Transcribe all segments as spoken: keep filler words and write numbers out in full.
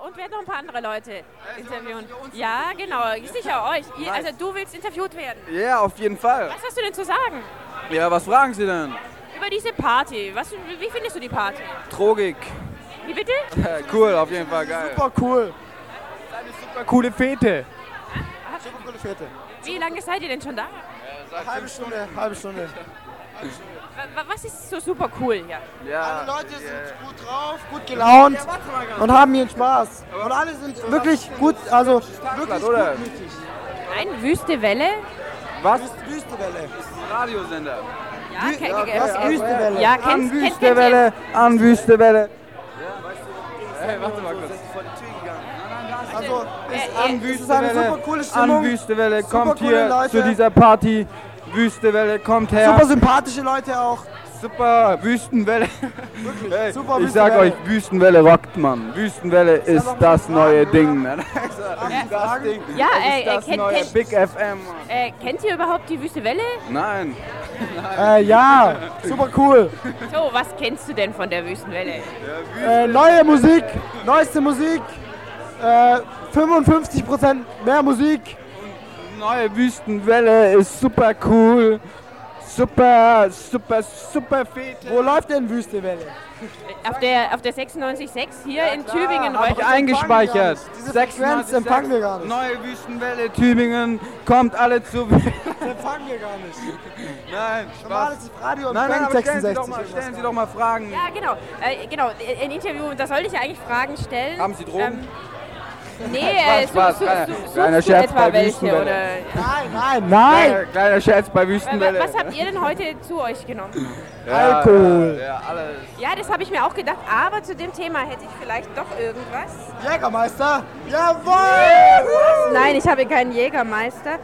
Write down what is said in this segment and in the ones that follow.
und werden noch ein paar andere Leute interviewen. Ja, genau, sicher euch. Ihr, also du willst interviewt werden. Ja, auf jeden Fall. Was hast du denn zu sagen? Ja, was fragen Sie denn? Über diese Party. Was, wie findest du die Party? Trogik. Wie bitte? Cool, auf jeden Fall geil. Super cool. Eine super coole Fete. Super coole Fete. Wie lange seid ihr denn schon da? Ja, halbe Stunde, halbe Stunde. Was ist so super cool hier? Ja. Alle Leute sind gut drauf, gut gelaunt und haben ihren Spaß. Und alle sind wirklich gut, also wirklich oder? gut mütig. Ein Wüste Welle? Was? Wüstewelle. Radiosender. Ja, ke- Ja, ke- was ke- Wüstewelle? Ja, An kennst, kennt, kennt Wüstewelle, an Wüstewelle. Hey, warte mal kurz. Also, Äh, es, äh, es ist eine super coole An Stimmung. Wüstewelle, Super kommt coole hier Leute. zu dieser Party. Wüstewelle, kommt her. Super sympathische Leute auch. Super Wüstenwelle. Wirklich, Hey, super ich sag euch, Wüstewelle. Wüstenwelle rockt, Mann. Wüstenwelle ist noch das eine neue Frage, Ding. Ne? Das Ding. Ja, Das äh, ist das äh, kennt, neue kennt, Big F M. äh, kennt ihr überhaupt die Wüste Welle? Nein. Äh, ja, super cool. So, was kennst du denn von der Wüstenwelle? Äh, neue Musik, neueste Musik, äh, fünfundfünfzig Prozent mehr Musik. Neue Wüstenwelle ist super cool. Super, super, super fete. Wo läuft denn Wüstewelle? Auf der, auf der sechsundneunzig Komma sechs hier in Tübingen. Hab ich heute. eingespeichert. Diese Frequenz empfangen wir gar nicht. Neue Wüstenwelle, Tübingen, kommt alle zu. Das empfangen wir gar nicht. Nein, Normal Spaß. ist das Radio und Nein, nein, Bank aber stellen Sie sechsundsechzig. doch mal, stellen Sie doch mal Fragen. Ja, genau. Äh, genau, ein Interview, da sollte ich ja eigentlich Fragen stellen. Haben Sie Drogen? Ähm, nee, äh, Spaß, su- su- kleiner- su- kleiner suchst du Scherz etwa bei welche? Wüstenwelle. Oder, Nein, nein, nein. Kleiner, kleiner Scherz bei Wa- Wüstenwelle. was habt ihr denn heute zu euch genommen? Ja, Alkohol. Ja, ja, alles. Ja, das habe ich mir auch gedacht, aber zu dem Thema hätte ich vielleicht doch irgendwas. Jägermeister. Jawohl! Nein, ich habe keinen Jägermeister.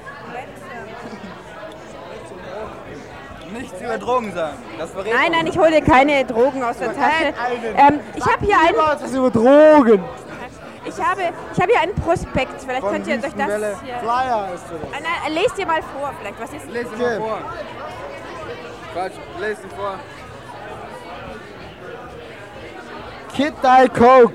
Nichts über Drogen sagen. Das verrät Nein, uns. nein, ich hole keine Drogen aus der Tasche. Ähm, ich habe hier einen, Was über Drogen? ich habe, ich habe hier einen Prospekt. Vielleicht Von könnt ihr euch das Wüstenwelle. hier. Flyer ist das. Ah, nein, lest ihr mal vor, vielleicht. Was ist? Lese Okay. mal vor. Quatsch, lese ihn vor. Kid Die Coke.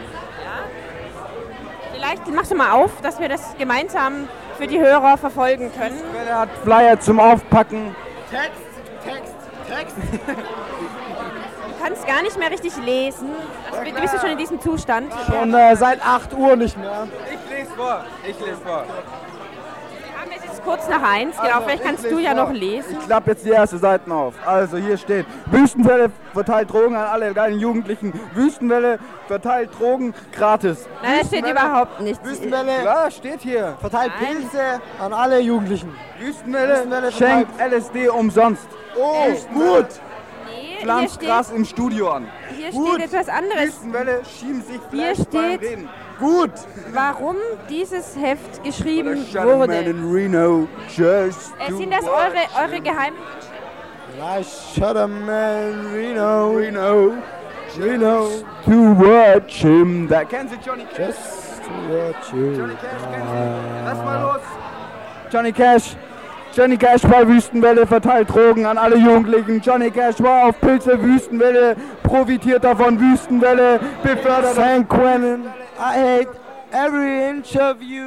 Vielleicht machst du mal auf, dass wir das gemeinsam für die Hörer verfolgen können. Welle hat Flyer zum Aufpacken. Text, Text, Text. Du kannst gar nicht mehr richtig lesen. Also, du bist ja schon in diesem Zustand. Und äh, seit acht Uhr nicht mehr. Ich lese vor. Ich lese vor. Wir haben jetzt kurz nach eins, genau. Also, Vielleicht ich kannst lese du ja vor. noch lesen. Ich klappe jetzt die erste Seite auf. Also hier steht, Wüstenwelle verteilt Drogen an alle kleinen Jugendlichen. Wüstenwelle verteilt Drogen gratis. Nein, das steht Wüstenwelle- überhaupt nicht. Wüstenwelle Ja, steht hier. verteilt Nein. Pilze an alle Jugendlichen. Wüstenwelle, Wüstenwelle schenkt L S D umsonst. Oh, gut. Nee, hier Pflanzt steht, Gras im Studio an. hier Gut. steht etwas anderes. Wüstenwelle schieben sich Hier Fleisch beim steht- Reden. Gut. Warum dieses Heft geschrieben Shut a man wurde. in Reno just Äh, to sind das watch eure, eure him. Geheim... I shot a man, Reno, Reno Reno, to watch him. Da kennen Sie Johnny Cash? just to watch you. Johnny Cash kennen Sie? Lass mal los. Johnny Cash. Johnny Cash bei Wüstenwelle verteilt Drogen an alle Jugendlichen. Johnny Cash war auf Pilze Wüstenwelle, profitiert davon Wüstenwelle, befördert San Quentin, I hate every inch of you.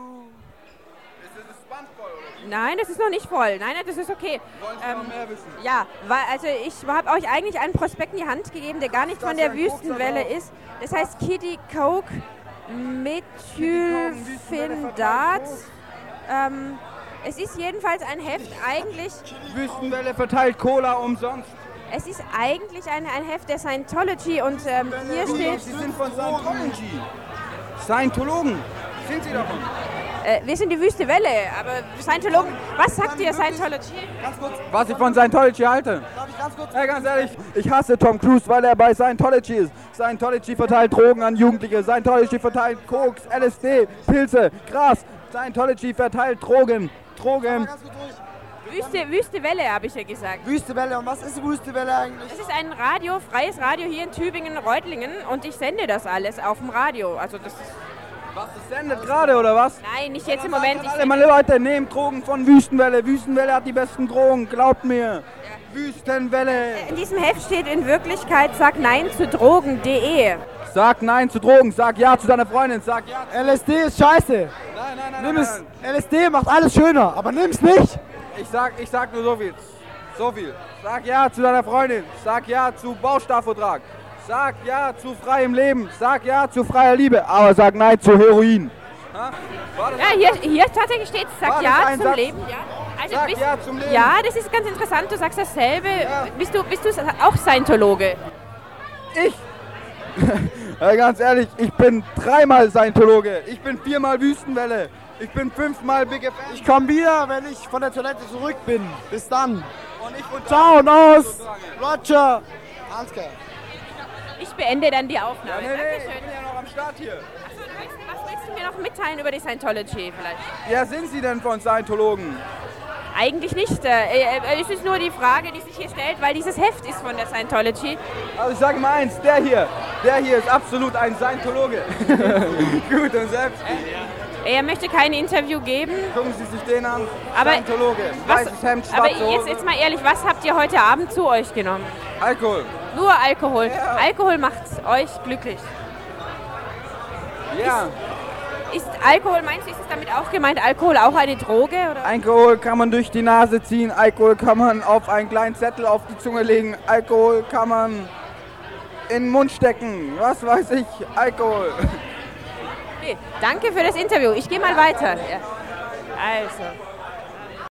Nein, das ist noch nicht voll. Nein, nein, das ist okay. Ähm, ja, weil, also ich habe euch eigentlich einen Prospekt in die Hand gegeben, der gar nicht von der Wüstenwelle ist. Das heißt Kitty Coke Methylphendat. Ähm, es ist jedenfalls ein Heft eigentlich, Wüstenwelle verteilt Cola umsonst. es ist eigentlich ein, ein Heft der Scientology und ähm, hier steht, Sie sind von Scientology. Scientologen. Sind Sie davon? äh, wir sind die Wüste Welle, aber Scientologen, was sagt ihr Scientology? Ganz kurz, Was ich von Scientology halte? darf ich ganz kurz? Hey, ganz ehrlich, ich hasse Tom Cruise, weil er bei Scientology ist. Scientology verteilt Drogen an Jugendliche. Scientology verteilt Koks, L S D, Pilze, Gras. Scientology verteilt Drogen. Drogen. Ganz kurz durch. Wüste, Wüste Welle, habe ich ja gesagt. Wüstewelle, und was ist Wüstewelle eigentlich? Es ist ein Radio, freies Radio hier in Tübingen-Reutlingen und ich sende das alles auf dem Radio. Also das ist, Was, das sendet gerade oder was? nein, nicht jetzt im Moment. Ich Alle meine Leute, nehmt Drogen von Wüstenwelle. Wüstenwelle hat die besten Drogen, glaubt mir. Wüstenwelle. in diesem Heft steht in Wirklichkeit, sag nein zu Drogen punkt de. Sag Nein zu Drogen, sag Ja zu deiner Freundin, sag Ja zu... L S D ist scheiße. Nein, nein, nein, Nimm nein, es. nein. L S D macht alles schöner, aber nimm's nicht. Ich sag, ich sag nur so viel. So viel. Sag Ja zu deiner Freundin, sag Ja zu Baustarvertrag, sag Ja zu freiem Leben, sag Ja zu freier Liebe, aber sag Nein zu Heroin. Ha? War das Ja, hier, hier tatsächlich steht, sag War das Ja ein zum Satz? Leben. Ja. Also Sag bist, Ja zum Leben. Ja, das ist ganz interessant, du sagst dasselbe. Ja. Bist du, bist du auch Scientologe? Ich? Ja, ganz ehrlich, ich bin dreimal Scientologe, ich bin viermal Wüstenwelle, ich bin fünfmal Big F N. Ich komme wieder, wenn ich von der Toilette zurück bin. Bis dann. Und ich unter- Ciao und aus. Roger. Hanske. Ich beende dann die Ja, Aufnahme. nee, nee, ich Dankeschön. bin ja noch am Start hier. Achso, du willst, was willst du mir noch mitteilen über die Scientology vielleicht? Ja, sind Sie denn von Scientologen? Eigentlich nicht. Äh, äh, es ist nur die Frage, die sich hier stellt, weil dieses Heft ist von der Scientology. Also ich sage mal eins, der hier, der hier ist absolut ein Scientologe. Gut, und selbst Er möchte kein Interview geben. gucken Sie sich den an, Aber Scientologe, Was, weißes Hemd, aber schwarze jetzt, Hose, jetzt mal ehrlich, was habt ihr heute Abend zu euch genommen? Alkohol. Nur Alkohol. Ja. Alkohol macht euch glücklich. Ja, Ist Alkohol, meinst du, ist es damit auch gemeint, Alkohol auch eine Droge? Oder? Alkohol kann man durch die Nase ziehen, Alkohol kann man auf einen kleinen Zettel auf die Zunge legen, Alkohol kann man in den Mund stecken, was weiß ich, Alkohol. Okay, danke für das Interview. Ich gehe mal weiter. Ja. Also.